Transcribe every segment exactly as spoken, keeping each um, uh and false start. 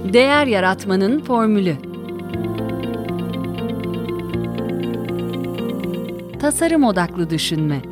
Değer yaratmanın formülü. Tasarım odaklı düşünme.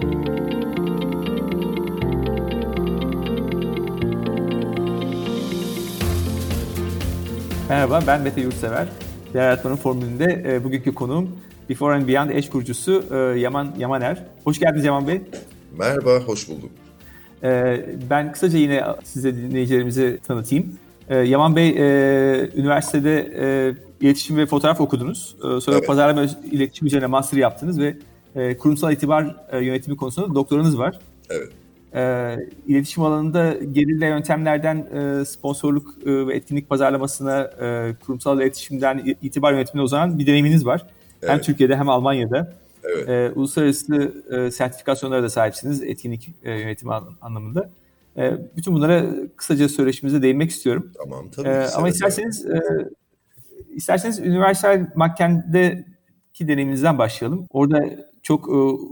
Merhaba, ben Mete Yurtsever. Değer yaratmanın formülünde e, bugünkü konuğum Before and Beyond Edge kurucusu e, Yaman Yamaner. Hoş geldiniz Yaman Bey. Merhaba, hoş bulduk. E, ben kısaca yine size dinleyicilerimizi tanıtayım. E, Yaman Bey, e, üniversitede e, iletişim ve fotoğraf okudunuz. E, sonra evet. Pazarlama iletişim üzerine master yaptınız ve e, kurumsal itibar e, yönetimi konusunda doktoranız var. Evet. E, iletişim alanında gerilla yöntemlerden e, sponsorluk e, ve etkinlik pazarlamasına, e, kurumsal iletişimden itibar yönetimine uzanan bir deneyiminiz var. Evet. Hem Türkiye'de hem Almanya'da. Evet. E, uluslararası e, sertifikasyonlara da sahipsiniz etkinlik e, yönetimi anlamında. E, bütün bunlara kısaca söyleşimize değinmek istiyorum. Tamam, tabii e, ki. Ama isterseniz e, isterseniz Universal McCann'deki deneyiminizden başlayalım. Orada çok e,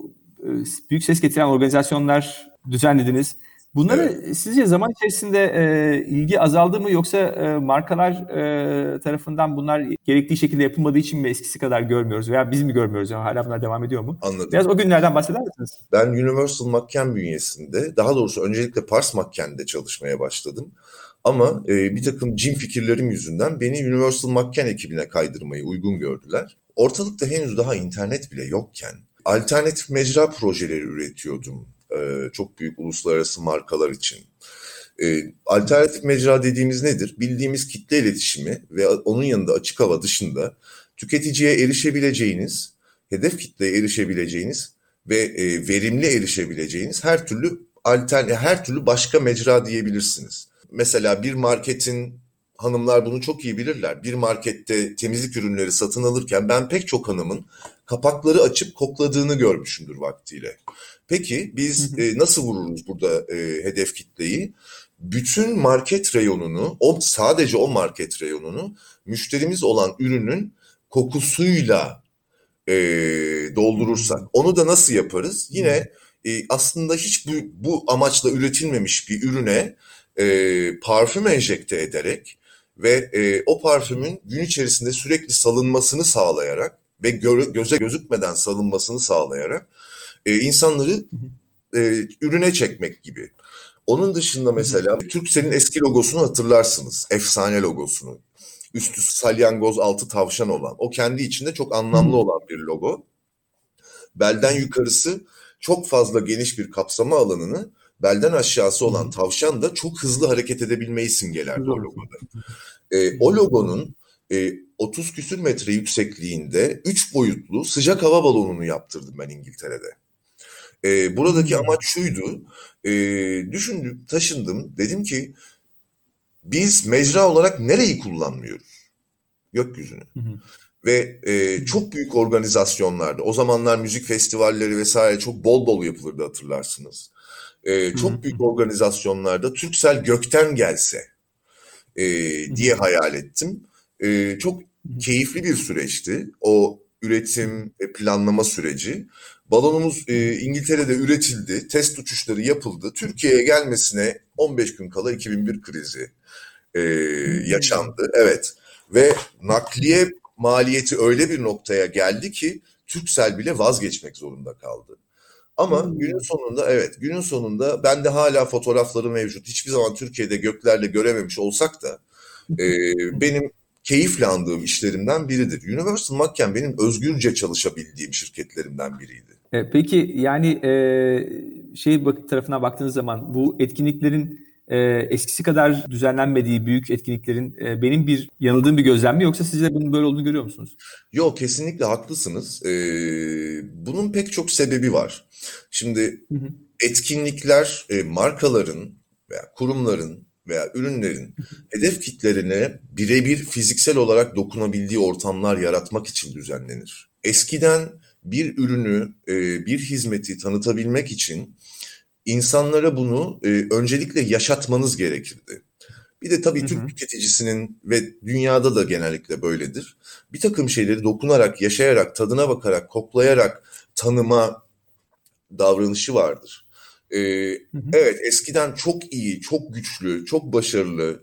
büyük ses getiren organizasyonlar düzenlediniz. Bunları evet. Sizce zaman içerisinde e, ilgi azaldı mı, yoksa e, markalar e, tarafından bunlar gerektiği şekilde yapılmadığı için mi eskisi kadar görmüyoruz veya biz mi görmüyoruz? Yani hala bunlar devam ediyor mu? Anladım. Biraz o günlerden bahseder misiniz? Ben Universal McCann bünyesinde, daha doğrusu öncelikle Pars McCann'de çalışmaya başladım. Ama e, bir takım cin fikirlerim yüzünden beni Universal McCann ekibine kaydırmayı uygun gördüler. Ortalıkta henüz daha internet bile yokken alternatif mecra projeleri üretiyordum. Ee, çok büyük uluslararası markalar için. Ee, alternatif mecra dediğimiz nedir? Bildiğimiz kitle iletişimi ve onun yanında açık hava dışında tüketiciye erişebileceğiniz, hedef kitleye erişebileceğiniz ve e, verimli erişebileceğiniz her türlü alternatif, her türlü başka mecra diyebilirsiniz. Mesela bir marketin, hanımlar bunu çok iyi bilirler, bir markette temizlik ürünleri satın alırken ben pek çok hanımın kapakları açıp kokladığını görmüşümdür vaktiyle. Peki biz e, nasıl vururuz burada e, hedef kitleyi? Bütün market reyonunu, o sadece o market reyonunu müşterimiz olan ürünün kokusuyla e, doldurursak, onu da nasıl yaparız? Yine e, aslında hiç bu, bu amaçla üretilmemiş bir ürüne e, parfüm enjekte ederek ve e, o parfümün gün içerisinde sürekli salınmasını sağlayarak ve gö- göze gözükmeden salınmasını sağlayarak e, insanları e, ürüne çekmek gibi. Onun dışında mesela Turkcell'in eski logosunu hatırlarsınız. Efsane logosunu. Üstü salyangoz, altı tavşan olan. O kendi içinde çok anlamlı olan bir logo. Belden yukarısı çok fazla geniş bir kapsama alanını, belden aşağısı olan tavşan da çok hızlı hareket edebilmeyi simgelerdi o logoda. E, o logonun e, otuz küsür metre yüksekliğinde üç boyutlu sıcak hava balonunu yaptırdım ben İngiltere'de. E, buradaki amaç şuydu, e, düşündüm, taşındım, dedim ki biz mecra olarak nereyi kullanmıyoruz? Gökyüzünü. Hı hı. Ve e, çok büyük organizasyonlarda, o zamanlar müzik festivalleri vesaire çok bol bol yapılırdı, hatırlarsınız. E, çok büyük organizasyonlarda Turkcell gökten gelse e, diye hayal ettim. E, çok keyifli bir süreçti o üretim ve planlama süreci. Balonumuz e, İngiltere'de üretildi, test uçuşları yapıldı. Türkiye'ye gelmesine on beş gün kala iki bin bir krizi e, yaşandı. Evet, ve nakliye maliyeti öyle bir noktaya geldi ki Turkcell bile vazgeçmek zorunda kaldı. Ama hmm. günün sonunda evet, günün sonunda bende hala fotoğrafları mevcut. Hiçbir zaman Türkiye'de göklerle görememiş olsak da e, benim keyifle andığım işlerimden biridir. Universal McCann benim özgürce çalışabildiğim şirketlerimden biriydi. E, peki yani e, şey bak, tarafına baktığınız zaman bu etkinliklerin e, eskisi kadar düzenlenmediği büyük etkinliklerin e, benim bir yanıldığım bir gözlem mi, yoksa siz de bunun böyle olduğunu görüyor musunuz? Yok, kesinlikle haklısınız. Ee, bunun pek çok sebebi var. Şimdi hı hı. etkinlikler e, markaların veya kurumların veya ürünlerin hedef kitlerine birebir fiziksel olarak dokunabildiği ortamlar yaratmak için düzenlenir. Eskiden bir ürünü, e, bir hizmeti tanıtabilmek için insanlara bunu e, öncelikle yaşatmanız gerekirdi. Bir de tabii hı hı. Türk tüketicisinin ve dünyada da genellikle böyledir. Bir takım şeyleri dokunarak, yaşayarak, tadına bakarak, koklayarak tanıma davranışı vardır. Ee, hı hı. Evet, eskiden çok iyi, çok güçlü, çok başarılı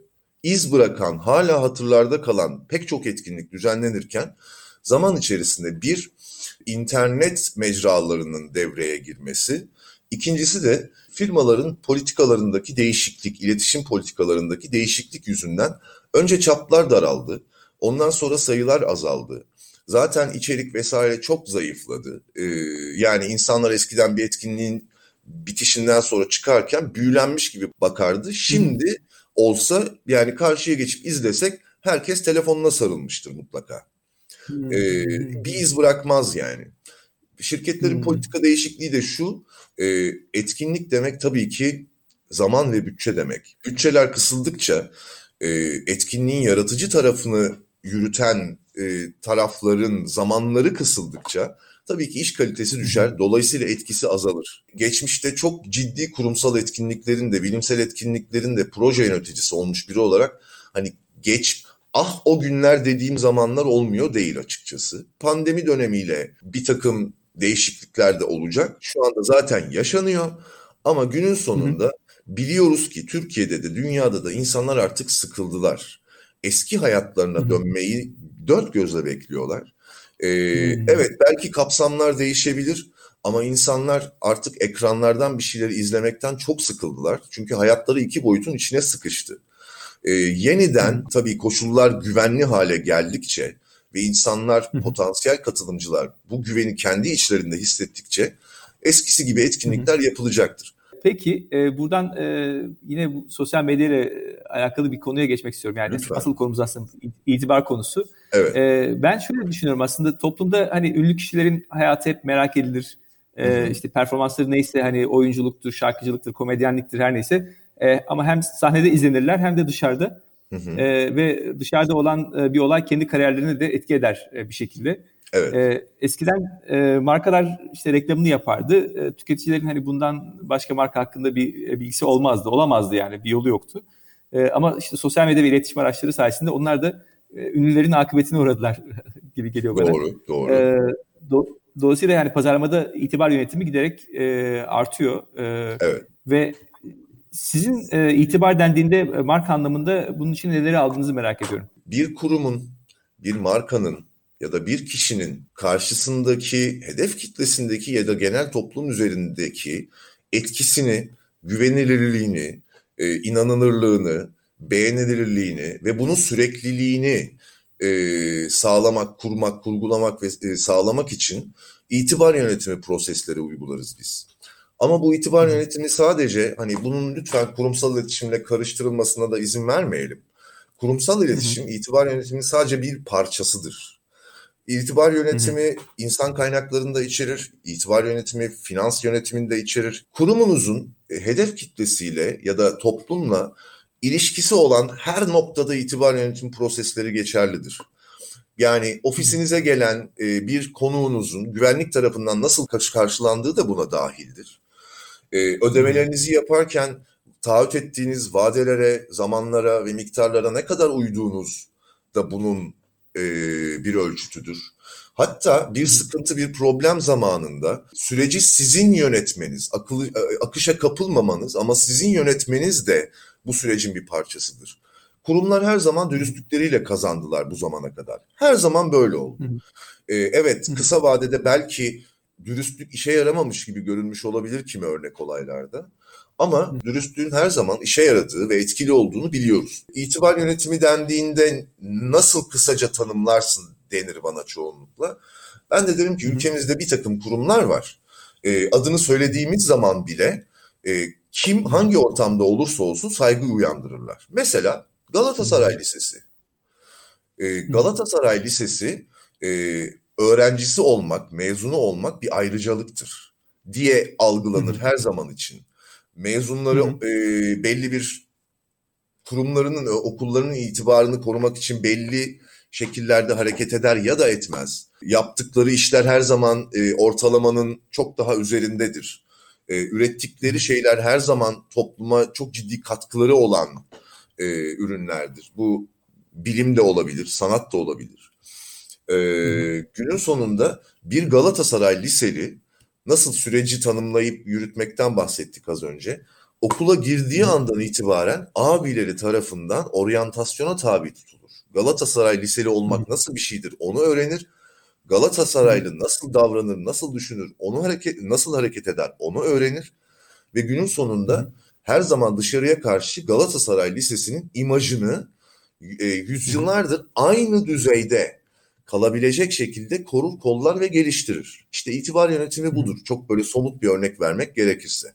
iz bırakan, hala hatırlarda kalan pek çok etkinlik düzenlenirken zaman içerisinde bir internet mecralarının devreye girmesi, ikincisi de firmaların politikalarındaki değişiklik, iletişim politikalarındaki değişiklik yüzünden önce çaplar daraldı, ondan sonra sayılar azaldı. Zaten içerik vesaire çok zayıfladı. Ee, yani insanlar eskiden bir etkinliğin bitişinden sonra çıkarken büyülenmiş gibi bakardı. Şimdi olsa yani karşıya geçip izlesek herkes telefonuna sarılmıştır mutlaka. Ee, bir iz bırakmaz yani. Şirketlerin politika değişikliği de şu, e, etkinlik demek tabii ki zaman ve bütçe demek. Bütçeler kısıldıkça e, etkinliğin yaratıcı tarafını yürüten e, tarafların zamanları kısıldıkça tabii ki iş kalitesi düşer. Dolayısıyla etkisi azalır. Geçmişte çok ciddi kurumsal etkinliklerin de, bilimsel etkinliklerin de proje yöneticisi olmuş biri olarak hani geç, ah o günler dediğim zamanlar olmuyor değil açıkçası. Pandemi dönemiyle bir takım değişiklikler de olacak. Şu anda zaten yaşanıyor ama günün sonunda biliyoruz ki Türkiye'de de dünyada da insanlar artık sıkıldılar. Eski hayatlarına dönmeyi dört gözle bekliyorlar. Ee, evet belki kapsamlar değişebilir ama insanlar artık ekranlardan bir şeyleri izlemekten çok sıkıldılar. Çünkü hayatları iki boyutun içine sıkıştı. Ee, yeniden tabii koşullar güvenli hale geldikçe ve insanlar, potansiyel katılımcılar bu güveni kendi içlerinde hissettikçe eskisi gibi etkinlikler yapılacaktır. Peki e, buradan e, yine bu sosyal medya ile alakalı bir konuya geçmek istiyorum. Yani Lütfen. asıl konumuz aslında itibar konusu. Evet. E, ben şöyle düşünüyorum aslında toplumda hani ünlü kişilerin hayatı hep merak edilir. E, işte performansları neyse hani oyunculuktur, şarkıcılıktır, komedyenliktir her neyse. E, ama hem sahnede izlenirler hem de dışarıda. Hı hı. E, ve dışarıda olan e, bir olay kendi kariyerlerine de etki eder e, bir şekilde. Evet. E, eskiden e, markalar işte reklamını yapardı. E, tüketicilerin hani bundan başka marka hakkında bir e, bilgisi olmazdı, olamazdı yani bir yolu yoktu. E, ama işte sosyal medya ve iletişim araçları sayesinde onlar da e, ünlülerin akıbetine uğradılar gibi geliyor bana. Doğru, doğru. E, do, dolayısıyla yani pazarlamada itibar yönetimi giderek e, artıyor. E, evet. Ve sizin e, itibar dendiğinde e, marka anlamında bunun için neleri aldığınızı merak ediyorum. Bir kurumun, bir markanın ya da bir kişinin karşısındaki hedef kitlesindeki ya da genel toplum üzerindeki etkisini, güvenilirliğini, e, inanılırlığını, beğenilirliğini ve bunun sürekliliğini e, sağlamak, kurmak, kurgulamak ve e, sağlamak için itibar yönetimi prosesleri uygularız biz. Ama bu itibar yönetimi sadece hani bunun lütfen kurumsal iletişimle karıştırılmasına da izin vermeyelim. Kurumsal iletişim, itibar yönetiminin sadece bir parçasıdır. İtibar yönetimi hı hı. insan kaynaklarını da içerir, itibar yönetimi finans yönetimini de içerir. Kurumunuzun hedef kitlesiyle ya da toplumla ilişkisi olan her noktada itibar yönetim prosesleri geçerlidir. Yani ofisinize gelen bir konuğunuzun güvenlik tarafından nasıl karşılandığı da buna dahildir. Ödemelerinizi yaparken taahhüt ettiğiniz vadelere, zamanlara ve miktarlara ne kadar uyduğunuz da bunun e, bir ölçütüdür. Hatta bir sıkıntı, bir problem zamanında süreci sizin yönetmeniz, akıl, akışa kapılmamanız ama sizin yönetmeniz de bu sürecin bir parçasıdır. Kurumlar her zaman dürüstlükleriyle kazandılar bu zamana kadar. Her zaman böyle oldu. E, evet, kısa vadede belki dürüstlük işe yaramamış gibi görünmüş olabilir kimi örnek olaylarda. Ama dürüstlüğün her zaman işe yaradığı ve etkili olduğunu biliyoruz. İtibar yönetimi dendiğinde nasıl kısaca tanımlarsın denir bana çoğunlukla. Ben de derim ki ülkemizde bir takım kurumlar var. E, adını söylediğimiz zaman bile e, kim hangi ortamda olursa olsun saygı uyandırırlar. Mesela Galatasaray Lisesi. E, Galatasaray Lisesi e, öğrencisi olmak, mezunu olmak bir ayrıcalıktır diye algılanır her zaman için. Mezunları e, belli bir kurumlarının, okullarının itibarını korumak için belli şekillerde hareket eder ya da etmez. Yaptıkları işler her zaman e, ortalamanın çok daha üzerindedir. E, ürettikleri şeyler her zaman topluma çok ciddi katkıları olan e, ürünlerdir. Bu bilim de olabilir, sanat da olabilir. E, günün sonunda bir Galatasaray Liseli nasıl süreci tanımlayıp yürütmekten bahsettik az önce. okula girdiği andan itibaren abileri tarafından oryantasyona tabi tutulur. Galatasaray Liseli olmak nasıl bir şeydir onu öğrenir. Galatasaraylı nasıl davranır, nasıl düşünür, onu hareket nasıl hareket eder onu öğrenir. Ve günün sonunda her zaman dışarıya karşı Galatasaray Lisesi'nin imajını e, yüzyıllardır aynı düzeyde kalabilecek şekilde korur, kollar ve geliştirir. İşte itibar yönetimi budur. Çok böyle somut bir örnek vermek gerekirse.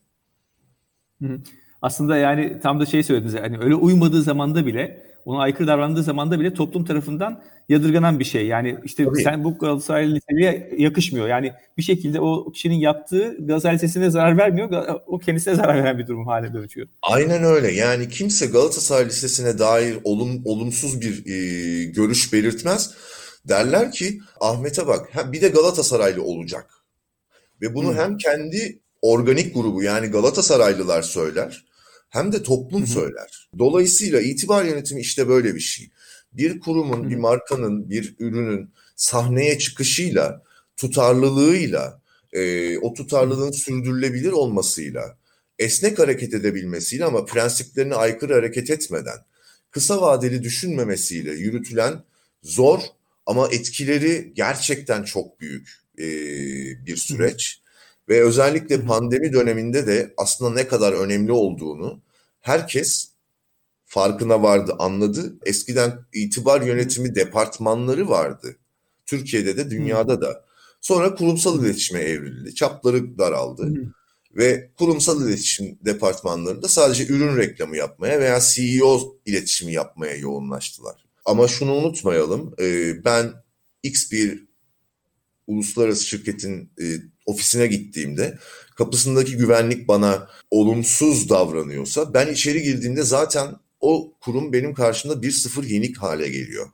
Aslında yani tam da şey söylediniz. Yani öyle uymadığı zamanda bile, ona aykırı davrandığı zamanda bile toplum tarafından yadırganan bir şey. Yani işte Tabii. sen bu Galatasaray Lisesi'ne yakışmıyor. Yani bir şekilde o kişinin yaptığı Galatasaray Lisesi'ne zarar vermiyor. O kendisine zarar veren bir durum haline dönüşüyor. Aynen öyle. Yani kimse Galatasaray Lisesi'ne dair olum, olumsuz bir e, görüş belirtmez. Derler ki Ahmet'e bak bir de Galatasaraylı olacak. Ve bunu hmm. hem kendi organik grubu yani Galatasaraylılar söyler hem de toplum hmm. söyler. Dolayısıyla itibar yönetimi işte böyle bir şey. Bir kurumun, hmm. bir markanın, bir ürünün sahneye çıkışıyla, tutarlılığıyla, e, o tutarlılığın sürdürülebilir olmasıyla, esnek hareket edebilmesiyle ama prensiplerine aykırı hareket etmeden, kısa vadeli düşünmemesiyle yürütülen zor ama etkileri gerçekten çok büyük e, bir süreç. Hı. Ve özellikle Hı. pandemi döneminde de aslında ne kadar önemli olduğunu herkes farkına vardı, anladı. Eskiden itibar yönetimi Hı. departmanları vardı. Türkiye'de de dünyada Hı. da. Sonra kurumsal Hı. iletişime evrildi. Çapları daraldı. Hı. Ve kurumsal iletişim departmanlarında sadece ürün reklamı yapmaya veya C E O iletişimi yapmaya yoğunlaştılar. Ama şunu unutmayalım, ben X bir uluslararası şirketin ofisine gittiğimde kapısındaki güvenlik bana olumsuz davranıyorsa ben içeri girdiğimde zaten o kurum benim karşımda bir sıfır yenik hale geliyor.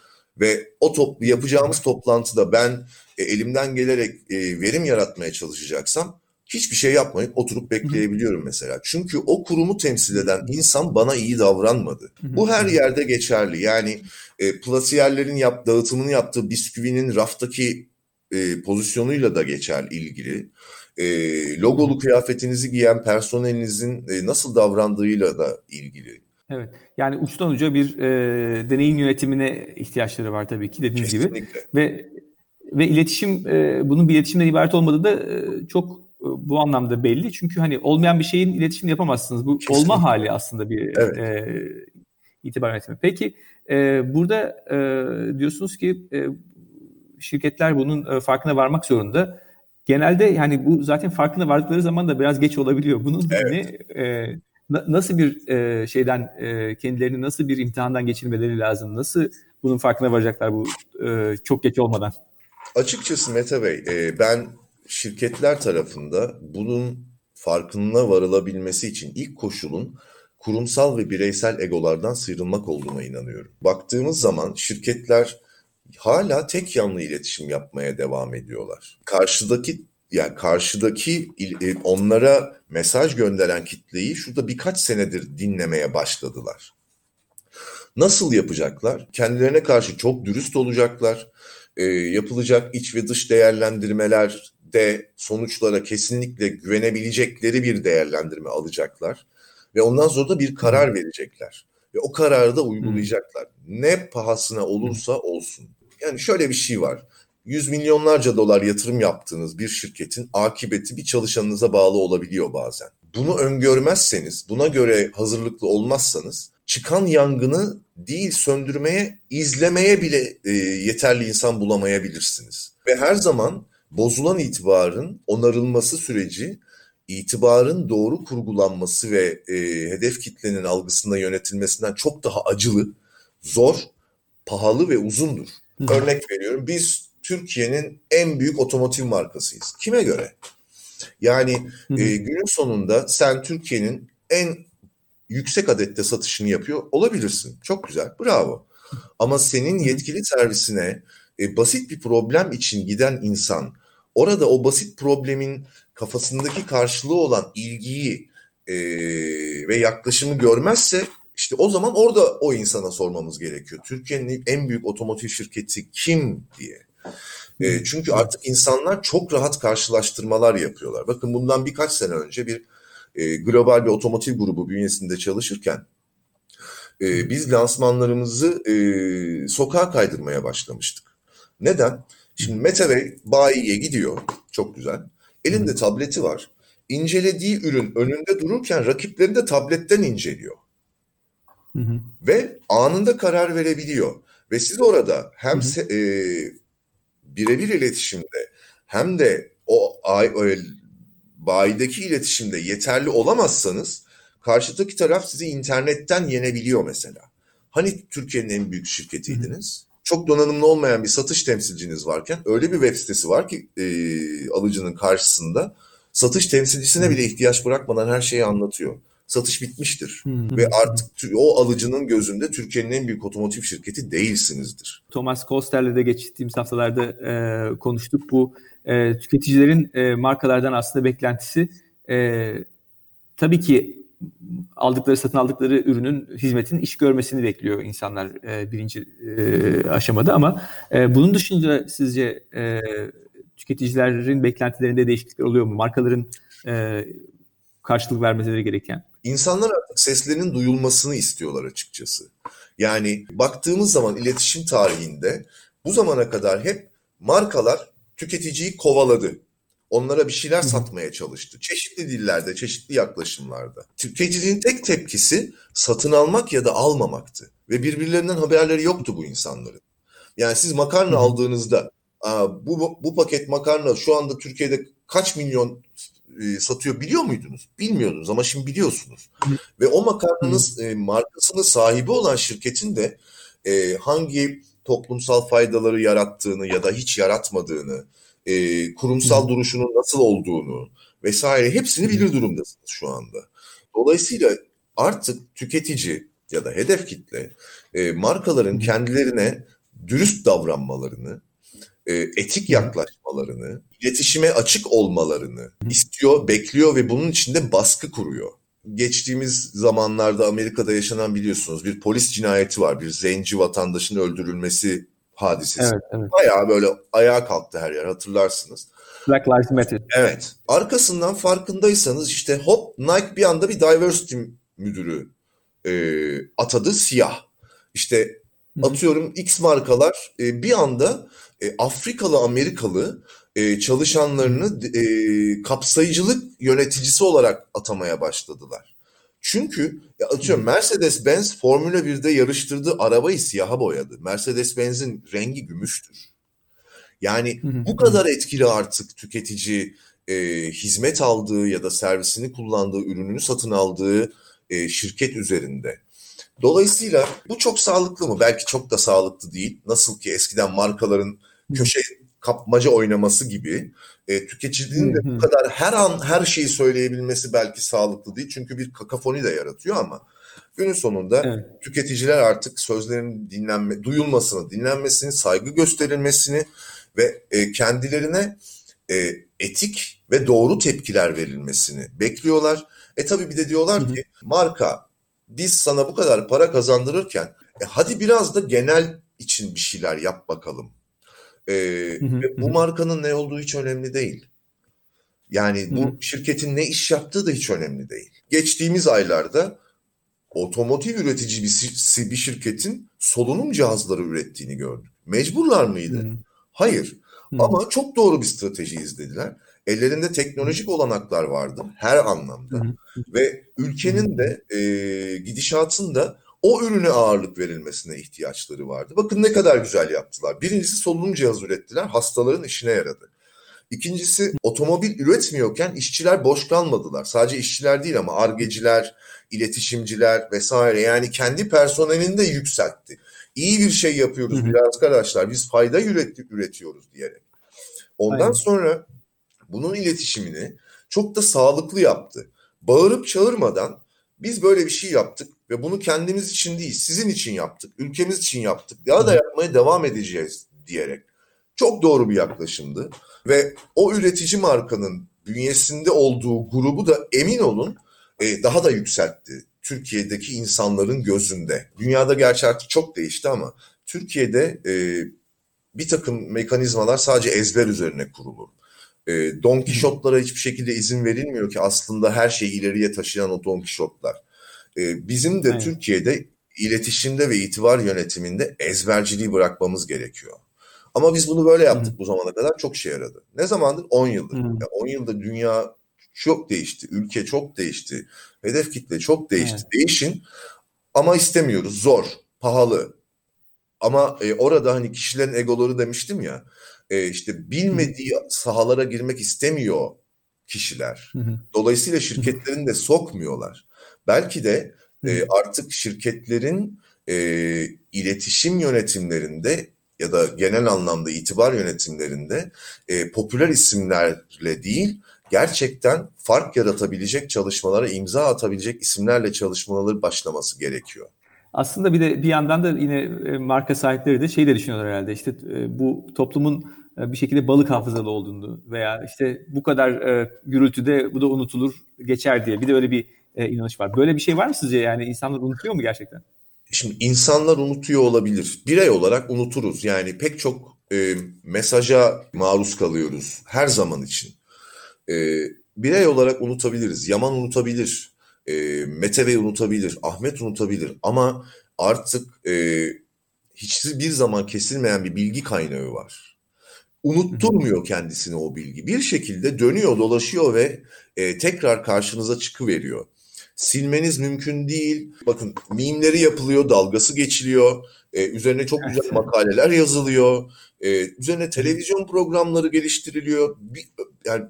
Ve o top, yapacağımız toplantıda ben elimden gelerek verim yaratmaya çalışacaksam hiçbir şey yapmayıp oturup bekleyebiliyorum mesela. Çünkü o kurumu temsil eden insan bana iyi davranmadı. Bu her yerde geçerli. Yani e, plasiyerlerin yap, dağıtımını yaptığı bisküvinin raftaki e, pozisyonuyla da geçerli ilgili. E, logolu kıyafetinizi giyen personelinizin e, nasıl davrandığıyla da ilgili. Evet. Yani uçtan uca bir e, deneyim yönetimine ihtiyaçları var tabii ki dediğiniz Kesinlikle. gibi. Ve ve iletişim e, bunun bir iletişimden ibaret olmadığı da e, çok bu anlamda belli. Çünkü hani olmayan bir şeyin iletişimini yapamazsınız. Bu Kesinlikle. olma hali aslında bir evet. e, itibar yönetimi. Peki e, burada e, diyorsunuz ki e, şirketler bunun e, farkına varmak zorunda. Genelde yani bu zaten farkına vardıkları zaman da biraz geç olabiliyor. Bunun evet. ne e, na, nasıl bir e, şeyden e, kendilerini nasıl bir imtihandan geçirmeleri lazım? Nasıl bunun farkına varacaklar bu e, çok geç olmadan? Açıkçası Mete Bey, e, ben şirketler tarafında bunun farkına varılabilmesi için ilk koşulun kurumsal ve bireysel egolardan sıyrılmak olduğuna inanıyorum. Baktığımız zaman şirketler hala tek yanlı iletişim yapmaya devam ediyorlar. Karşıdaki yani karşıdaki onlara mesaj gönderen kitleyi şurada birkaç senedir dinlemeye başladılar. Nasıl yapacaklar? Kendilerine karşı çok dürüst olacaklar. E, yapılacak iç ve dış değerlendirmelerde sonuçlara kesinlikle güvenebilecekleri bir değerlendirme alacaklar. Ve ondan sonra da bir karar verecekler. Ve o kararı da uygulayacaklar. Ne pahasına olursa olsun. Yani şöyle bir şey var. Yüz milyonlarca dolar yatırım yaptığınız bir şirketin akıbeti bir çalışanınıza bağlı olabiliyor bazen. Bunu öngörmezseniz, buna göre hazırlıklı olmazsanız çıkan yangını değil söndürmeye, izlemeye bile e, yeterli insan bulamayabilirsiniz. Ve her zaman bozulan itibarın onarılması süreci, itibarın doğru kurgulanması ve e, hedef kitlenin algısında yönetilmesinden çok daha acılı, zor, pahalı ve uzundur. Hı. Örnek veriyorum, biz Türkiye'nin en büyük otomotiv markasıyız. Kime göre? Yani e, günün sonunda sen Türkiye'nin en yüksek adette satışını yapıyor olabilirsin. Çok güzel, bravo. Ama senin yetkili servisine e, basit bir problem için giden insan, orada o basit problemin kafasındaki karşılığı olan ilgiyi e, ve yaklaşımı görmezse, işte o zaman orada o insana sormamız gerekiyor. Türkiye'nin en büyük otomotiv şirketi kim diye. E, çünkü artık insanlar çok rahat karşılaştırmalar yapıyorlar. Bakın bundan birkaç sene önce bir e, global bir otomotiv grubu bünyesinde çalışırken e, biz lansmanlarımızı e, sokağa kaydırmaya başlamıştık. Neden? Şimdi Mete Bey bayiye gidiyor, çok güzel. Elinde tableti var. İncelediği ürün önünde dururken rakiplerini de tabletten inceliyor. Hı hı. Ve anında karar verebiliyor. Ve siz orada hem se, e, birebir iletişimde hem de o ay, bayideki iletişimde yeterli olamazsanız karşıdaki taraf sizi internetten yenebiliyor mesela. Hani Türkiye'nin en büyük şirketiydiniz? Hı hı. Çok donanımlı olmayan bir satış temsilciniz varken öyle bir web sitesi var ki e, alıcının karşısında satış temsilcisine hı hı. bile ihtiyaç bırakmadan her şeyi anlatıyor. Satış bitmiştir. Hı hı. Ve artık o alıcının gözünde Türkiye'nin en büyük otomotiv şirketi değilsinizdir. Thomas Koster'le de geçtiğimiz haftalarda e, konuştuk. Bu e, tüketicilerin e, markalardan aslında beklentisi e, tabii ki aldıkları, satın aldıkları ürünün, hizmetin iş görmesini bekliyor insanlar e, birinci e, aşamada. Ama e, bunun dışında sizce e, tüketicilerin beklentilerinde değişiklikler oluyor mu? Markaların e, karşılık vermeleri gereken? İnsanlar artık seslerinin duyulmasını istiyorlar açıkçası. Yani baktığımız zaman iletişim tarihinde bu zamana kadar hep markalar tüketiciyi kovaladı. Onlara bir şeyler Hı-hı. satmaya çalıştı. Çeşitli dillerde, çeşitli yaklaşımlarda. Tüketicinin tek tepkisi satın almak ya da almamaktı. Ve birbirlerinden haberleri yoktu bu insanların. Yani siz makarna Hı-hı. aldığınızda bu, bu paket makarna şu anda Türkiye'de kaç milyon satıyor biliyor muydunuz? Bilmiyordunuz ama şimdi biliyorsunuz. Hı. Ve o makarnanın e, markasının sahibi olan şirketin de e, hangi toplumsal faydaları yarattığını ya da hiç yaratmadığını, e, kurumsal Hı. duruşunun nasıl olduğunu vesaire hepsini bilir durumdasınız şu anda. Dolayısıyla artık tüketici ya da hedef kitle e, markaların Hı. kendilerine dürüst davranmalarını, etik yaklaşmalarını, iletişime açık olmalarını istiyor, bekliyor ve bunun için de baskı kuruyor. Geçtiğimiz zamanlarda Amerika'da yaşanan biliyorsunuz bir polis cinayeti var. Bir zenci vatandaşın öldürülmesi hadisesi. Evet, evet. Bayağı böyle ayağa kalktı her yer, hatırlarsınız. Black Lives Matter. Evet. Arkasından farkındaysanız işte hop Nike bir anda bir diversity müdürü e, atadı, siyah. İşte atıyorum X markalar e, bir anda e, Afrikalı Amerikalı e, çalışanlarını e, kapsayıcılık yöneticisi olarak atamaya başladılar. Çünkü ya atıyorum Mercedes-Benz Formula birde yarıştırdığı arabayı siyaha boyadı. Mercedes-Benz'in rengi gümüştür. Yani bu kadar etkili artık tüketici e, hizmet aldığı ya da servisini kullandığı, ürününü satın aldığı e, şirket üzerinde. Dolayısıyla bu çok sağlıklı mı? Belki çok da sağlıklı değil. Nasıl ki eskiden markaların köşe kapmaca oynaması gibi e, tüketicinin de bu kadar her an her şeyi söyleyebilmesi belki sağlıklı değil. Çünkü bir kakafoni de yaratıyor ama günün sonunda evet. tüketiciler artık sözlerinin dinlenme, duyulmasını, dinlenmesini, saygı gösterilmesini ve e, kendilerine e, etik ve doğru tepkiler verilmesini bekliyorlar. E tabii bir de diyorlar hı hı. ki marka biz sana bu kadar para kazandırırken e, hadi biraz da genel için bir şeyler yap bakalım. E, hı hı, ve bu hı. markanın ne olduğu hiç önemli değil. Yani hı hı. bu şirketin ne iş yaptığı da hiç önemli değil. Geçtiğimiz aylarda otomotiv üreticisi bir şirketin solunum cihazları ürettiğini gördük. Mecburlar mıydı? Hı hı. Hayır. Hı hı. Ama çok doğru bir strateji izlediler. Ellerinde teknolojik olanaklar vardı her anlamda. Hı hı. Ve ülkenin de e, gidişatında o ürüne ağırlık verilmesine ihtiyaçları vardı. Bakın ne kadar güzel yaptılar. Birincisi solunum cihazı ürettiler, hastaların işine yaradı. İkincisi otomobil üretmiyorken işçiler boş kalmadılar. Sadece işçiler değil ama Ar-Ge'ciler, iletişimciler vesaire, yani kendi personelini de yükseltti. İyi bir şey yapıyoruz biraz arkadaşlar, biz fayda üret, üretiyoruz diyerek. Ondan Aynen. sonra bunun iletişimini çok da sağlıklı yaptı. Bağırıp çağırmadan biz böyle bir şey yaptık ve bunu kendimiz için değil sizin için yaptık, ülkemiz için yaptık, daha da yapmaya devam edeceğiz diyerek. Çok doğru bir yaklaşımdı ve o üretici markanın bünyesinde olduğu grubu da emin olun daha da yükseltti Türkiye'deki insanların gözünde. Dünyada gerçi artık çok değişti ama Türkiye'de bir takım mekanizmalar sadece ezber üzerine kurulu. E, Don Kişotlara hiçbir şekilde izin verilmiyor ki aslında her şeyi ileriye taşıyan o Don Kişotlar. E, bizim de evet. Türkiye'de iletişimde ve itibar yönetiminde ezberciliği bırakmamız gerekiyor. Ama biz bunu böyle yaptık Hı. bu zamana kadar, çok şey yaradı. Ne zamandır? on yıldır. Yani on yılda dünya çok değişti, ülke çok değişti, hedef kitle çok değişti. Evet. Değişin ama istemiyoruz, zor, pahalı. Ama e, orada hani kişilerin egoları demiştim ya, e, işte bilmediği Hı. sahalara girmek istemiyor kişiler. Hı hı. Dolayısıyla şirketlerini de sokmuyorlar. Belki de e, artık şirketlerin e, iletişim yönetimlerinde ya da genel anlamda itibar yönetimlerinde e, popüler isimlerle değil, gerçekten fark yaratabilecek çalışmalara imza atabilecek isimlerle çalışmaları başlaması gerekiyor. Aslında bir de bir yandan da yine marka sahipleri de şey de düşünüyorlar herhalde, işte bu toplumun bir şekilde balık hafızalı olduğunu veya işte bu kadar gürültüde bu da unutulur geçer diye, bir de öyle bir inanış var. Böyle bir şey var mı sizce? Yani insanlar unutuyor mu gerçekten? Şimdi insanlar unutuyor olabilir. Birey olarak unuturuz. Yani pek çok e, mesaja maruz kalıyoruz her zaman için. E, birey olarak unutabiliriz. Yaman unutabilir. E, Mete Bey unutabilir. Ahmet unutabilir. Ama artık e, hiçbir zaman kesilmeyen bir bilgi kaynağı var. Unutturmuyor kendisine o bilgi. Bir şekilde dönüyor, dolaşıyor ve e, tekrar karşınıza çıkıveriyor. Silmeniz mümkün değil. Bakın, mimleri yapılıyor, dalgası geçiliyor. Ee, üzerine çok güzel makaleler yazılıyor. Ee, üzerine televizyon programları geliştiriliyor. Bir, yani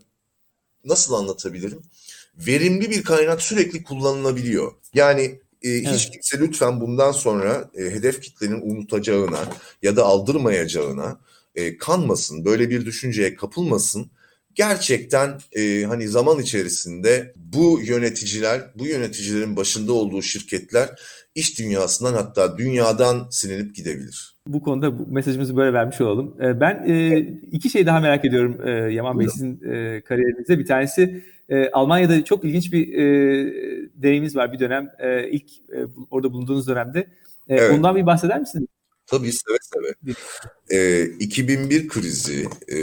nasıl anlatabilirim? Verimli bir kaynak sürekli kullanılabiliyor. Yani e, hiç evet. kimse lütfen bundan sonra e, hedef kitlenin unutacağına ya da aldırmayacağına e, kanmasın. Böyle bir düşünceye kapılmasın. Gerçekten e, hani zaman içerisinde bu yöneticiler, bu yöneticilerin başında olduğu şirketler iş dünyasından, hatta dünyadan silinip gidebilir. Bu konuda bu mesajımızı böyle vermiş olalım. E, ben e, iki şey daha merak ediyorum e, Yaman Bey, sizin e, kariyerinizde. Bir tanesi e, Almanya'da çok ilginç bir e, deneyiminiz var bir dönem. E, ilk e, orada bulunduğunuz dönemde. E, evet. Ondan bir bahseder misiniz? Tabii, seve seve. E, iki bin bir krizi, e,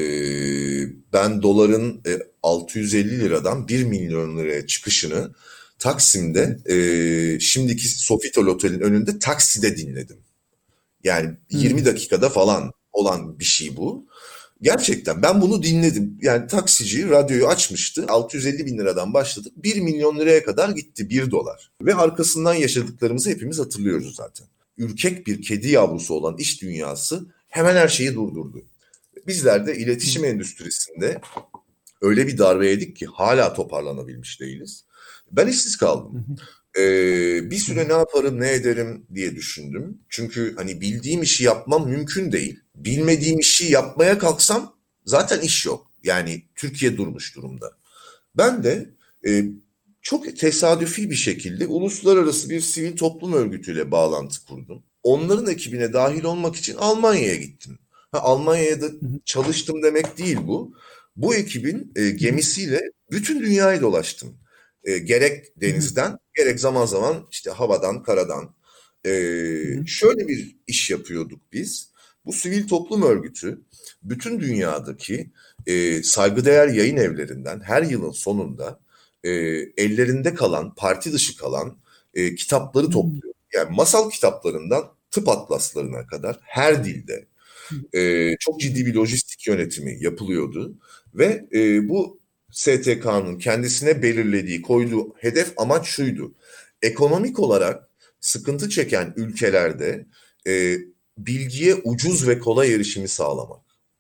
ben doların e, altı yüz elli liradan bir milyon liraya çıkışını Taksim'de, e, şimdiki Sofitel Otel'in önünde takside dinledim. Yani yirmi hmm. dakikada falan olan bir şey bu. Gerçekten ben bunu dinledim. Yani taksici radyoyu açmıştı. altı yüz elli bin liradan başladık. bir milyon liraya kadar gitti, bir dolar. Ve arkasından yaşadıklarımızı hepimiz hatırlıyoruz zaten. Ürkek bir kedi yavrusu olan iş dünyası hemen her şeyi durdurdu. Bizler de iletişim hmm. endüstrisinde öyle bir darbe yedik ki hala toparlanabilmiş değiliz. Ben işsiz kaldım. Hmm. Ee, bir süre ne yaparım, ne ederim diye düşündüm. Çünkü hani bildiğim işi yapmam mümkün değil. Bilmediğim işi yapmaya kalksam zaten iş yok. Yani Türkiye durmuş durumda. Ben de e, çok tesadüfi bir şekilde uluslararası bir sivil toplum örgütüyle bağlantı kurdum. Onların ekibine dahil olmak için Almanya'ya gittim. Ha, Almanya'ya da çalıştım demek değil bu. Bu ekibin e, gemisiyle bütün dünyayı dolaştım. E, gerek denizden, Hı-hı. gerek zaman zaman işte havadan, karadan. E, şöyle bir iş yapıyorduk biz. Bu sivil toplum örgütü bütün dünyadaki e, saygıdeğer yayın evlerinden her yılın sonunda e, ellerinde kalan, parti dışı kalan e, kitapları topluyor. Yani masal kitaplarından tıp atlaslarına kadar her dilde e, çok ciddi bir lojistik yönetimi yapılıyordu. Ve e, bu S T K'nın kendisine belirlediği, koyduğu hedef amaç şuydu. Ekonomik olarak sıkıntı çeken ülkelerde e, bilgiye ucuz ve kolay erişimi sağlamak.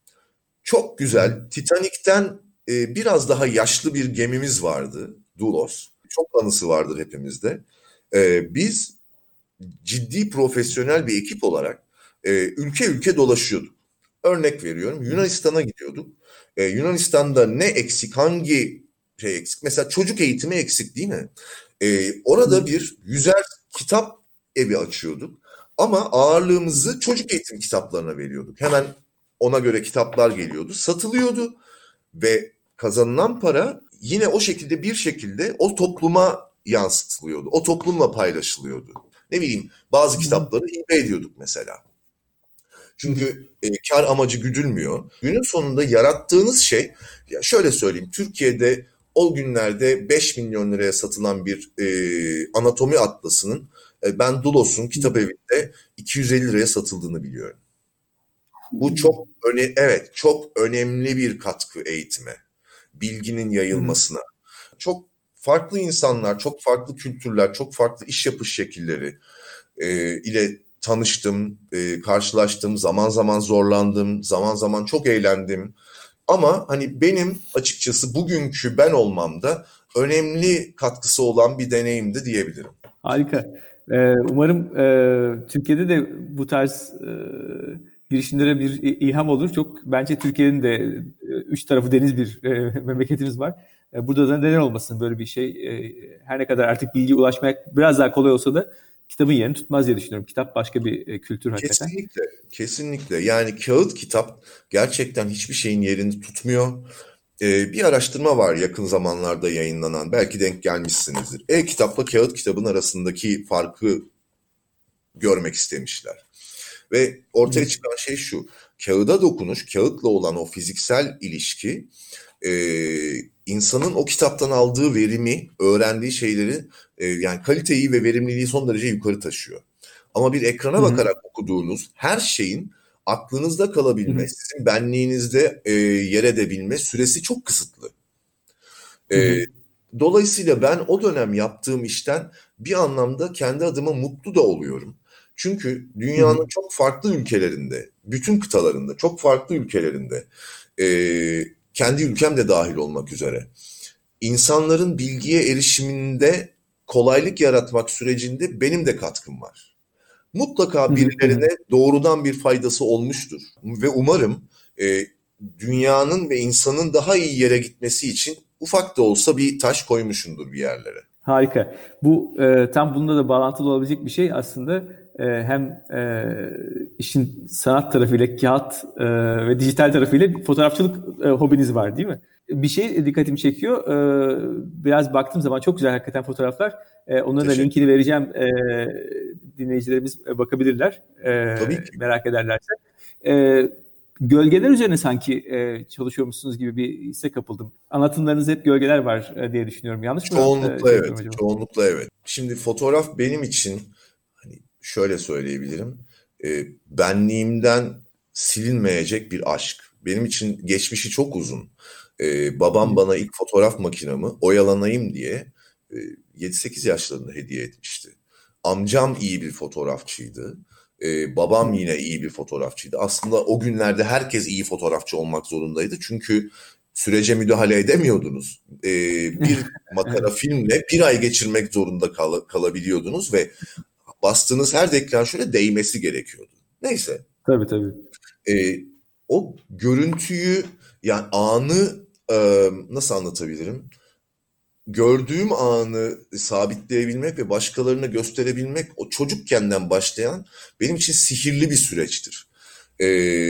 Çok güzel. Titanik'ten e, biraz daha yaşlı bir gemimiz vardı. Dulos. Çok anısı vardır hepimizde. E, biz ciddi profesyonel bir ekip olarak e, ülke ülke dolaşıyorduk. Örnek veriyorum, Yunanistan'a gidiyorduk. Ee, Yunanistan'da ne eksik, hangi şey eksik? Mesela çocuk eğitimi eksik değil mi? Ee, orada bir yüzer kitap evi açıyorduk. Ama ağırlığımızı çocuk eğitim kitaplarına veriyorduk. Hemen ona göre kitaplar geliyordu, satılıyordu. Ve kazanılan para yine o şekilde bir şekilde o topluma yansıtılıyordu. O toplumla paylaşılıyordu. Ne bileyim, bazı kitapları hibe ediyorduk mesela. Çünkü e, kar amacı güdülmüyor. Günün sonunda yarattığınız şey, ya şöyle söyleyeyim, Türkiye'de o günlerde beş milyon liraya satılan bir e, anatomi atlasının e, ben Dulos'un kitap evinde iki yüz elli liraya satıldığını biliyorum. Bu çok öne evet çok önemli bir katkı eğitime, bilginin yayılmasına. Çok farklı insanlar, çok farklı kültürler, çok farklı iş yapış şekilleri e, ile tanıştım, e, karşılaştım, zaman zaman zorlandım, zaman zaman çok eğlendim. Ama hani benim açıkçası bugünkü ben olmamda önemli katkısı olan bir deneyimdi diyebilirim. Harika. Ee, umarım e, Türkiye'de de bu tarz e, girişimlere bir ilham olur. Çok bence Türkiye'nin de e, üç tarafı deniz bir e, memleketimiz var. E, burada da neden olmasın böyle bir şey. E, her ne kadar artık bilgi ulaşmak biraz daha kolay olsa da kitabın yerini tutmaz diye düşünüyorum. Kitap başka bir e, kültür hakikaten. Kesinlikle, kesinlikle. Yani kağıt kitap gerçekten hiçbir şeyin yerini tutmuyor. Ee, bir araştırma var yakın zamanlarda yayınlanan, belki denk gelmişsinizdir. E-kitapla kağıt kitabın arasındaki farkı görmek istemişler. Ve ortaya çıkan şey şu: kağıda dokunuş, kağıtla olan o fiziksel ilişki, e, insanın o kitaptan aldığı verimi, öğrendiği şeyleri, e, yani kaliteyi ve verimliliği son derece yukarı taşıyor. Ama bir ekrana bakarak okuduğunuz her şeyin aklınızda kalabilme, sizin benliğinizde e, yer edebilme süresi çok kısıtlı. E, dolayısıyla ben o dönem yaptığım işten bir anlamda kendi adıma mutlu da oluyorum. Çünkü dünyanın hı hı. çok farklı ülkelerinde, bütün kıtalarında, çok farklı ülkelerinde, e, kendi ülkem de dahil olmak üzere, insanların bilgiye erişiminde kolaylık yaratmak sürecinde benim de katkım var. Mutlaka birilerine doğrudan bir faydası olmuştur. Ve umarım e, dünyanın ve insanın daha iyi yere gitmesi için ufak da olsa bir taş koymuşumdur bir yerlere. Harika. Bu e, tam bununla da bağlantılı olabilecek bir şey aslında. E, hem e, işin sanat tarafıyla, kağıt e, ve dijital tarafıyla fotoğrafçılık e, hobiniz var değil mi? Bir şey dikkatimi çekiyor. E, biraz baktığım zaman çok güzel hakikaten fotoğraflar. E, onların da linkini vereceğim. E, dinleyicilerimiz bakabilirler. E, Tabii ki. Merak ederlerse. E, Gölgeler üzerine sanki e, çalışıyormuşsunuz gibi bir hisse kapıldım. Anlatımlarınızda hep gölgeler var e, diye düşünüyorum. Yanlış mı? Çoğunlukla e, evet. Çoğunlukla evet. Şimdi fotoğraf benim için, hani şöyle söyleyebilirim, e, benliğimden silinmeyecek bir aşk. Benim için geçmişi çok uzun. E, babam Hı. bana ilk fotoğraf makinamı oyalanayım diye e, yedi sekiz yaşlarında hediye etmişti. Amcam iyi bir fotoğrafçıydı. Ee, babam yine iyi bir fotoğrafçıydı. Aslında o günlerde herkes iyi fotoğrafçı olmak zorundaydı. Çünkü sürece müdahale edemiyordunuz. Ee, bir makara filmle bir ay geçirmek zorunda kal- kalabiliyordunuz ve bastığınız her deklanşöre değmesi gerekiyordu. Neyse. Tabii tabii. Ee, o görüntüyü, yani anı e, nasıl anlatabilirim? Gördüğüm anı sabitleyebilmek ve başkalarına gösterebilmek, o çocukkenden başlayan benim için sihirli bir süreçtir. Ee,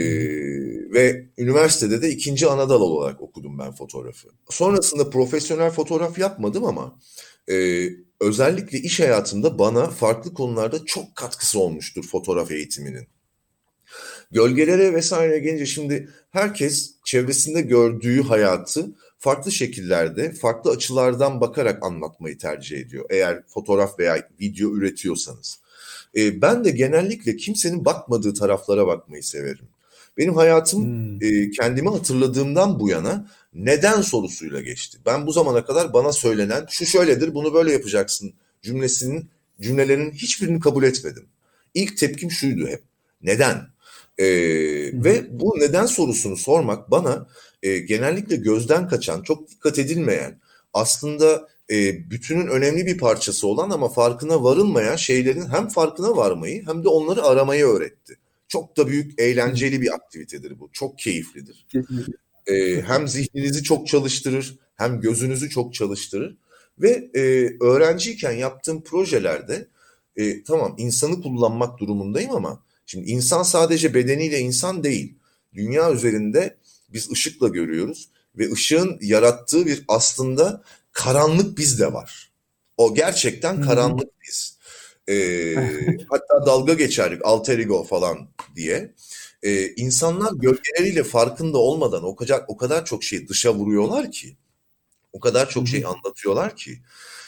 ve üniversitede de ikinci ana dal olarak okudum ben fotoğrafı. Sonrasında profesyonel fotoğraf yapmadım ama e, özellikle iş hayatında bana farklı konularda çok katkısı olmuştur fotoğraf eğitiminin. Gölgelere vesaire gelince, şimdi herkes çevresinde gördüğü hayatı farklı şekillerde, farklı açılardan bakarak anlatmayı tercih ediyor. Eğer fotoğraf veya video üretiyorsanız. Ee, ben de genellikle kimsenin bakmadığı taraflara bakmayı severim. Benim hayatım hmm. e, kendimi hatırladığımdan bu yana neden sorusuyla geçti. Ben bu zamana kadar bana söylenen şu şöyledir, bunu böyle yapacaksın cümlesinin, cümlelerin hiçbirini kabul etmedim. İlk tepkim şuydu hep: neden? Ee, ve bu neden sorusunu sormak bana e, genellikle gözden kaçan, çok dikkat edilmeyen, aslında e, bütünün önemli bir parçası olan ama farkına varılmayan şeylerin hem farkına varmayı hem de onları aramayı öğretti. Çok da büyük, eğlenceli bir aktivitedir bu. Çok keyiflidir. E, hem zihninizi çok çalıştırır, hem gözünüzü çok çalıştırır. Ve e, öğrenciyken yaptığım projelerde e, tamam insanı kullanmak durumundayım ama şimdi insan sadece bedeniyle insan değil. Dünya üzerinde biz ışıkla görüyoruz ve ışığın yarattığı bir aslında karanlık biz de var. O gerçekten karanlık biz. Ee, hatta dalga geçerdik alter ego falan diye. Ee, insanlar gölgeleriyle farkında olmadan o kadar o kadar çok şey dışa vuruyorlar ki, o kadar çok şey anlatıyorlar ki.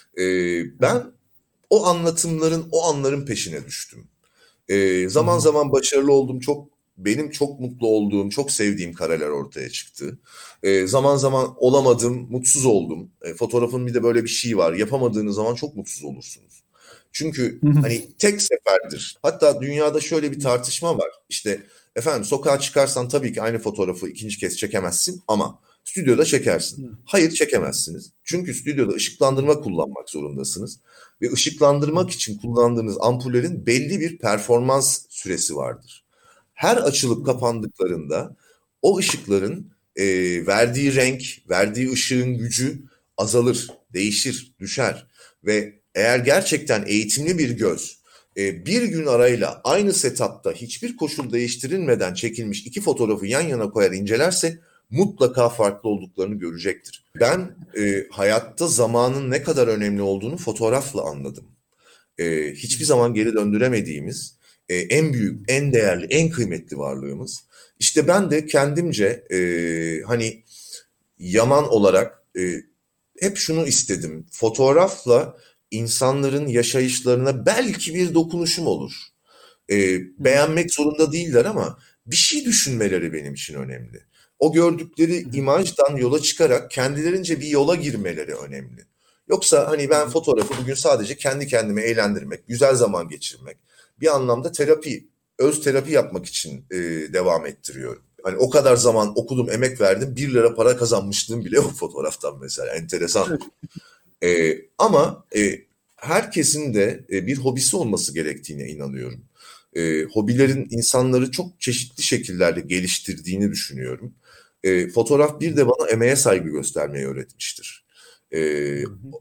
Ee, ben o anlatımların, o anların peşine düştüm. Ee, zaman zaman başarılı oldum. Çok benim çok mutlu olduğum, çok sevdiğim kareler ortaya çıktı. Ee, zaman zaman olamadım, mutsuz oldum. Ee, fotoğrafın bir de böyle bir şey var. Yapamadığınız zaman çok mutsuz olursunuz. Çünkü hani tek seferdir. Hatta dünyada şöyle bir tartışma var. İşte efendim sokağa çıkarsan tabii ki aynı fotoğrafı ikinci kez çekemezsin ama stüdyoda çekersin. Hayır, çekemezsiniz. Çünkü stüdyoda ışıklandırma kullanmak zorundasınız. Ve ışıklandırmak için kullandığınız ampullerin belli bir performans süresi vardır. Her açılıp kapandıklarında o ışıkların e, verdiği renk, verdiği ışığın gücü azalır, değişir, düşer. Ve eğer gerçekten eğitimli bir göz e, bir gün arayla aynı setupta hiçbir koşul değiştirilmeden çekilmiş iki fotoğrafı yan yana koyar incelerse mutlaka farklı olduklarını görecektir. Ben e, hayatta zamanın ne kadar önemli olduğunu fotoğrafla anladım. E, hiçbir zaman geri döndüremediğimiz e, en büyük, en değerli, en kıymetli varlığımız. İşte ben de kendimce e, hani Yaman olarak e, hep şunu istedim. Fotoğrafla insanların yaşayışlarına belki bir dokunuşum olur. E, beğenmek zorunda değiller ama bir şey düşünmeleri benim için önemli. O gördükleri imajdan yola çıkarak kendilerince bir yola girmeleri önemli. Yoksa hani ben fotoğrafı bugün sadece kendi kendime eğlendirmek, güzel zaman geçirmek, bir anlamda terapi, öz terapi yapmak için e, devam ettiriyorum. Hani o kadar zaman okudum, emek verdim, bir lira para kazanmışlığım bile yok fotoğraftan mesela, enteresan. e, ama e, herkesin de e, bir hobisi olması gerektiğine inanıyorum. E, hobilerin insanları çok çeşitli şekillerde geliştirdiğini düşünüyorum. E, fotoğraf bir de bana emeğe saygı göstermeyi öğretmiştir. E,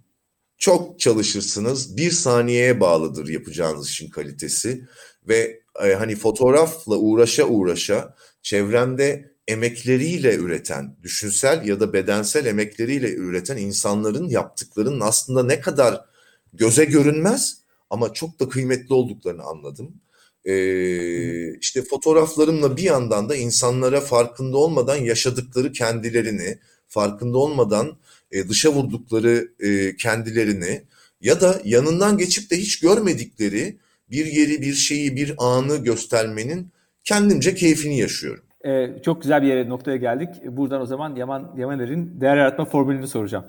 çok çalışırsınız, bir saniyeye bağlıdır yapacağınız işin kalitesi ve e, hani fotoğrafla uğraşa uğraşa çevremde emekleriyle üreten, düşünsel ya da bedensel emekleriyle üreten insanların yaptıklarının aslında ne kadar göze görünmez ama çok da kıymetli olduklarını anladım. Ee, işte fotoğraflarımla bir yandan da insanlara farkında olmadan yaşadıkları kendilerini, farkında olmadan e, dışa vurdukları e, kendilerini ya da yanından geçip de hiç görmedikleri bir yeri, bir şeyi, bir anı göstermenin kendimce keyfini yaşıyorum. Ee, çok güzel bir yere, noktaya geldik. Buradan o zaman Yaman Yamaner'in değer yaratma formülünü soracağım.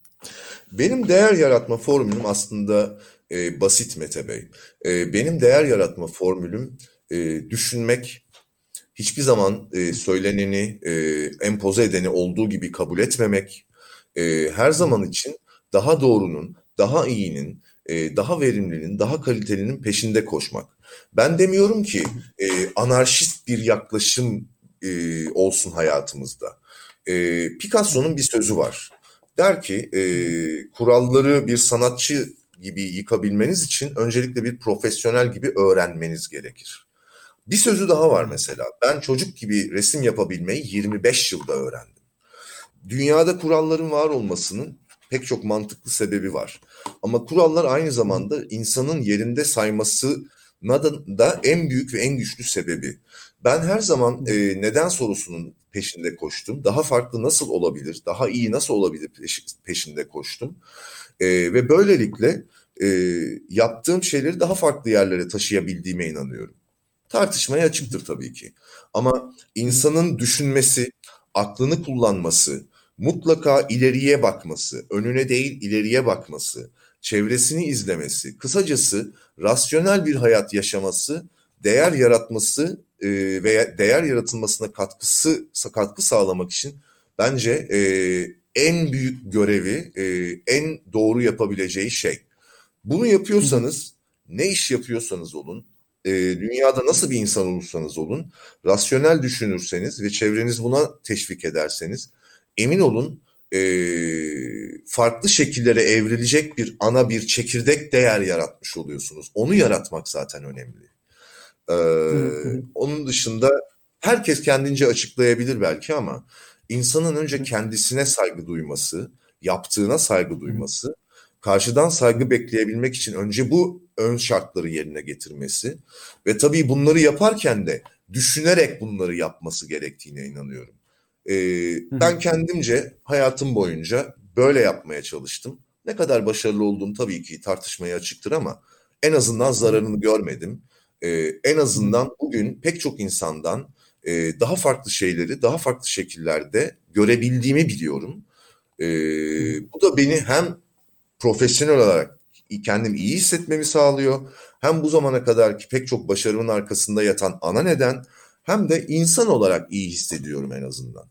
Benim değer yaratma formülüm aslında e, basit Mete Bey. E, benim değer yaratma formülüm e, düşünmek, hiçbir zaman e, söyleneni, e, empoze edeni olduğu gibi kabul etmemek, e, her zaman için daha doğrunun, daha iyinin, e, daha verimlinin, daha kalitelinin peşinde koşmak. Ben demiyorum ki e, anarşist bir yaklaşım e, olsun hayatımızda. E, Picasso'nun bir sözü var. Der ki e, kuralları bir sanatçı gibi yıkabilmeniz için öncelikle bir profesyonel gibi öğrenmeniz gerekir. Bir sözü daha var mesela. Ben çocuk gibi resim yapabilmeyi yirmi beş yılda öğrendim. Dünyada kuralların var olmasının pek çok mantıklı sebebi var. Ama kurallar aynı zamanda insanın yerinde saymasına da, da en büyük ve en güçlü sebebi. Ben her zaman e, neden sorusunun peşinde koştum. Daha farklı nasıl olabilir, daha iyi nasıl olabilir peşinde koştum. E, ve böylelikle e, yaptığım şeyleri daha farklı yerlere taşıyabildiğime inanıyorum. Tartışmaya açıktır tabii ki. Ama insanın düşünmesi, aklını kullanması, mutlaka ileriye bakması, önüne değil ileriye bakması, çevresini izlemesi, kısacası rasyonel bir hayat yaşaması, değer yaratması e, veya değer yaratılmasına katkısı katkı sağlamak için bence e, en büyük görevi, e, en doğru yapabileceği şey. Bunu yapıyorsanız, ne iş yapıyorsanız olun, e, dünyada nasıl bir insan olursanız olun, rasyonel düşünürseniz ve çevreniz buna teşvik ederseniz, emin olun e, farklı şekillere evrilecek bir ana bir çekirdek değer yaratmış oluyorsunuz. Onu yaratmak zaten önemli. Ee, onun dışında herkes kendince açıklayabilir belki ama insanın önce kendisine saygı duyması, yaptığına saygı duyması karşıdan saygı bekleyebilmek için önce bu ön şartları yerine getirmesi ve tabii bunları yaparken de düşünerek bunları yapması gerektiğine inanıyorum. Ee, ben kendimce hayatım boyunca böyle yapmaya çalıştım. Ne kadar başarılı olduğum tabii ki tartışmaya açıktır ama en azından zararını görmedim. Ee, en azından bugün pek çok insandan e, daha farklı şeyleri daha farklı şekillerde görebildiğimi biliyorum. Ee, bu da beni hem profesyonel olarak kendimi iyi hissetmemi sağlıyor, hem bu zamana kadarki pek çok başarımın arkasında yatan ana neden, hem de insan olarak iyi hissediyorum en azından.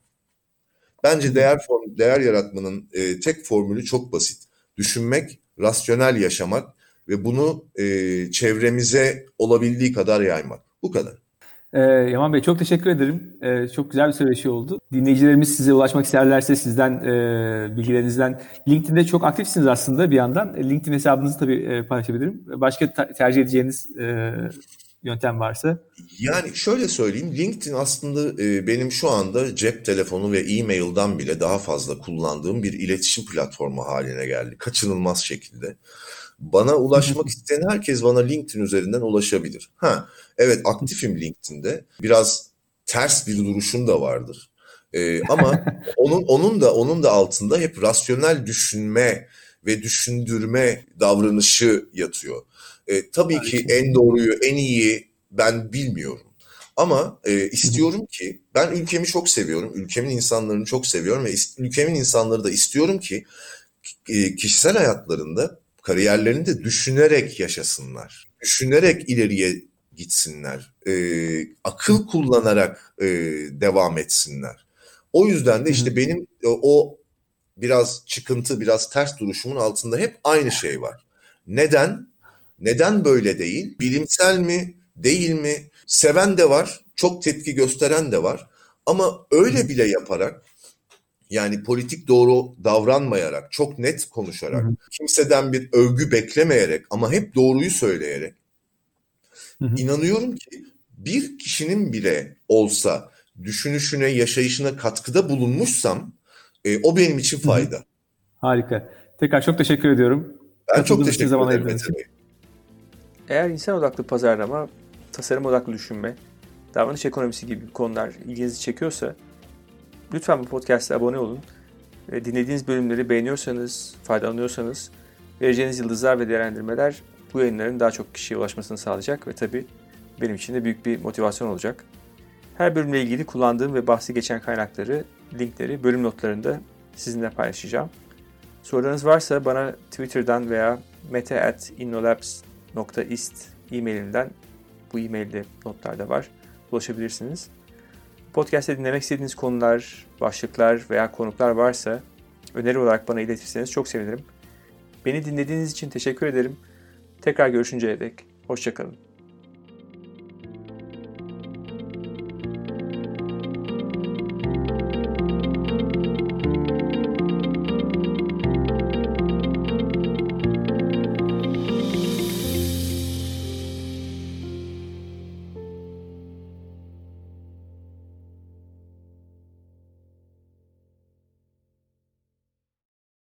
Bence değer form, değer yaratmanın e, tek formülü çok basit. Düşünmek, rasyonel yaşamak ve bunu e, çevremize olabildiği kadar yaymak. Bu kadar. Ee, Yaman Bey çok teşekkür ederim. Ee, çok güzel bir söyleşi oldu. Dinleyicilerimiz size ulaşmak isterlerse sizden, e, bilgilerinizden. LinkedIn'de çok aktifsiniz aslında bir yandan. LinkedIn hesabınızı tabii e, paylaşabilirim. Başka ta- tercih edeceğiniz e, yöntem varsa. Yani şöyle söyleyeyim, LinkedIn aslında e, benim şu anda cep telefonu ve e-mail'dan bile daha fazla kullandığım bir iletişim platformu haline geldi. Kaçınılmaz şekilde. Bana ulaşmak isteyen herkes bana LinkedIn üzerinden ulaşabilir. Ha, evet, aktifim LinkedIn'de. Biraz ters bir duruşum da vardır. Ee, ama onun onun da onun da altında hep rasyonel düşünme ve düşündürme davranışı yatıyor. Ee, tabii ki en doğruyu, en iyi ben bilmiyorum. Ama e, istiyorum ki, ben ülkemi çok seviyorum, ülkemin insanlarını çok seviyorum ve is- ülkemin insanları da istiyorum ki e, kişisel hayatlarında, kariyerlerinde düşünerek yaşasınlar. Düşünerek ileriye gitsinler. E, akıl kullanarak e, devam etsinler. O yüzden de işte benim o, o biraz çıkıntı, biraz ters duruşumun altında hep aynı şey var. Neden? Neden böyle değil? Bilimsel mi? Değil mi? Seven de var, çok tepki gösteren de var. Ama öyle bile yaparak, yani politik doğru davranmayarak, çok net konuşarak, hı hı. kimseden bir övgü beklemeyerek ama hep doğruyu söyleyerek, hı hı. inanıyorum ki bir kişinin bile olsa düşünüşüne, yaşayışına katkıda bulunmuşsam e, o benim için fayda. Hı hı. Harika. Tekrar çok teşekkür ediyorum. Ben çok teşekkür ederim Mete Bey. Eğer insan odaklı pazarlama, tasarım odaklı düşünme, davranış ekonomisi gibi konular ilginizi çekiyorsa lütfen bu podcast'a abone olun. Dinlediğiniz bölümleri beğeniyorsanız, faydalanıyorsanız vereceğiniz yıldızlar ve değerlendirmeler bu yayınların daha çok kişiye ulaşmasını sağlayacak ve tabii benim için de büyük bir motivasyon olacak. Her bölümle ilgili kullandığım ve bahsi geçen kaynakları, linkleri bölüm notlarında sizinle paylaşacağım. Sorularınız varsa bana Twitter'dan veya mete at innolabs nokta ist e-mailimden, bu e-mailde notlarda var, ulaşabilirsiniz. Podcast'te dinlemek istediğiniz konular, başlıklar veya konuklar varsa öneri olarak bana iletirseniz çok sevinirim. Beni dinlediğiniz için teşekkür ederim. Tekrar görüşünceye dek hoşça kalın.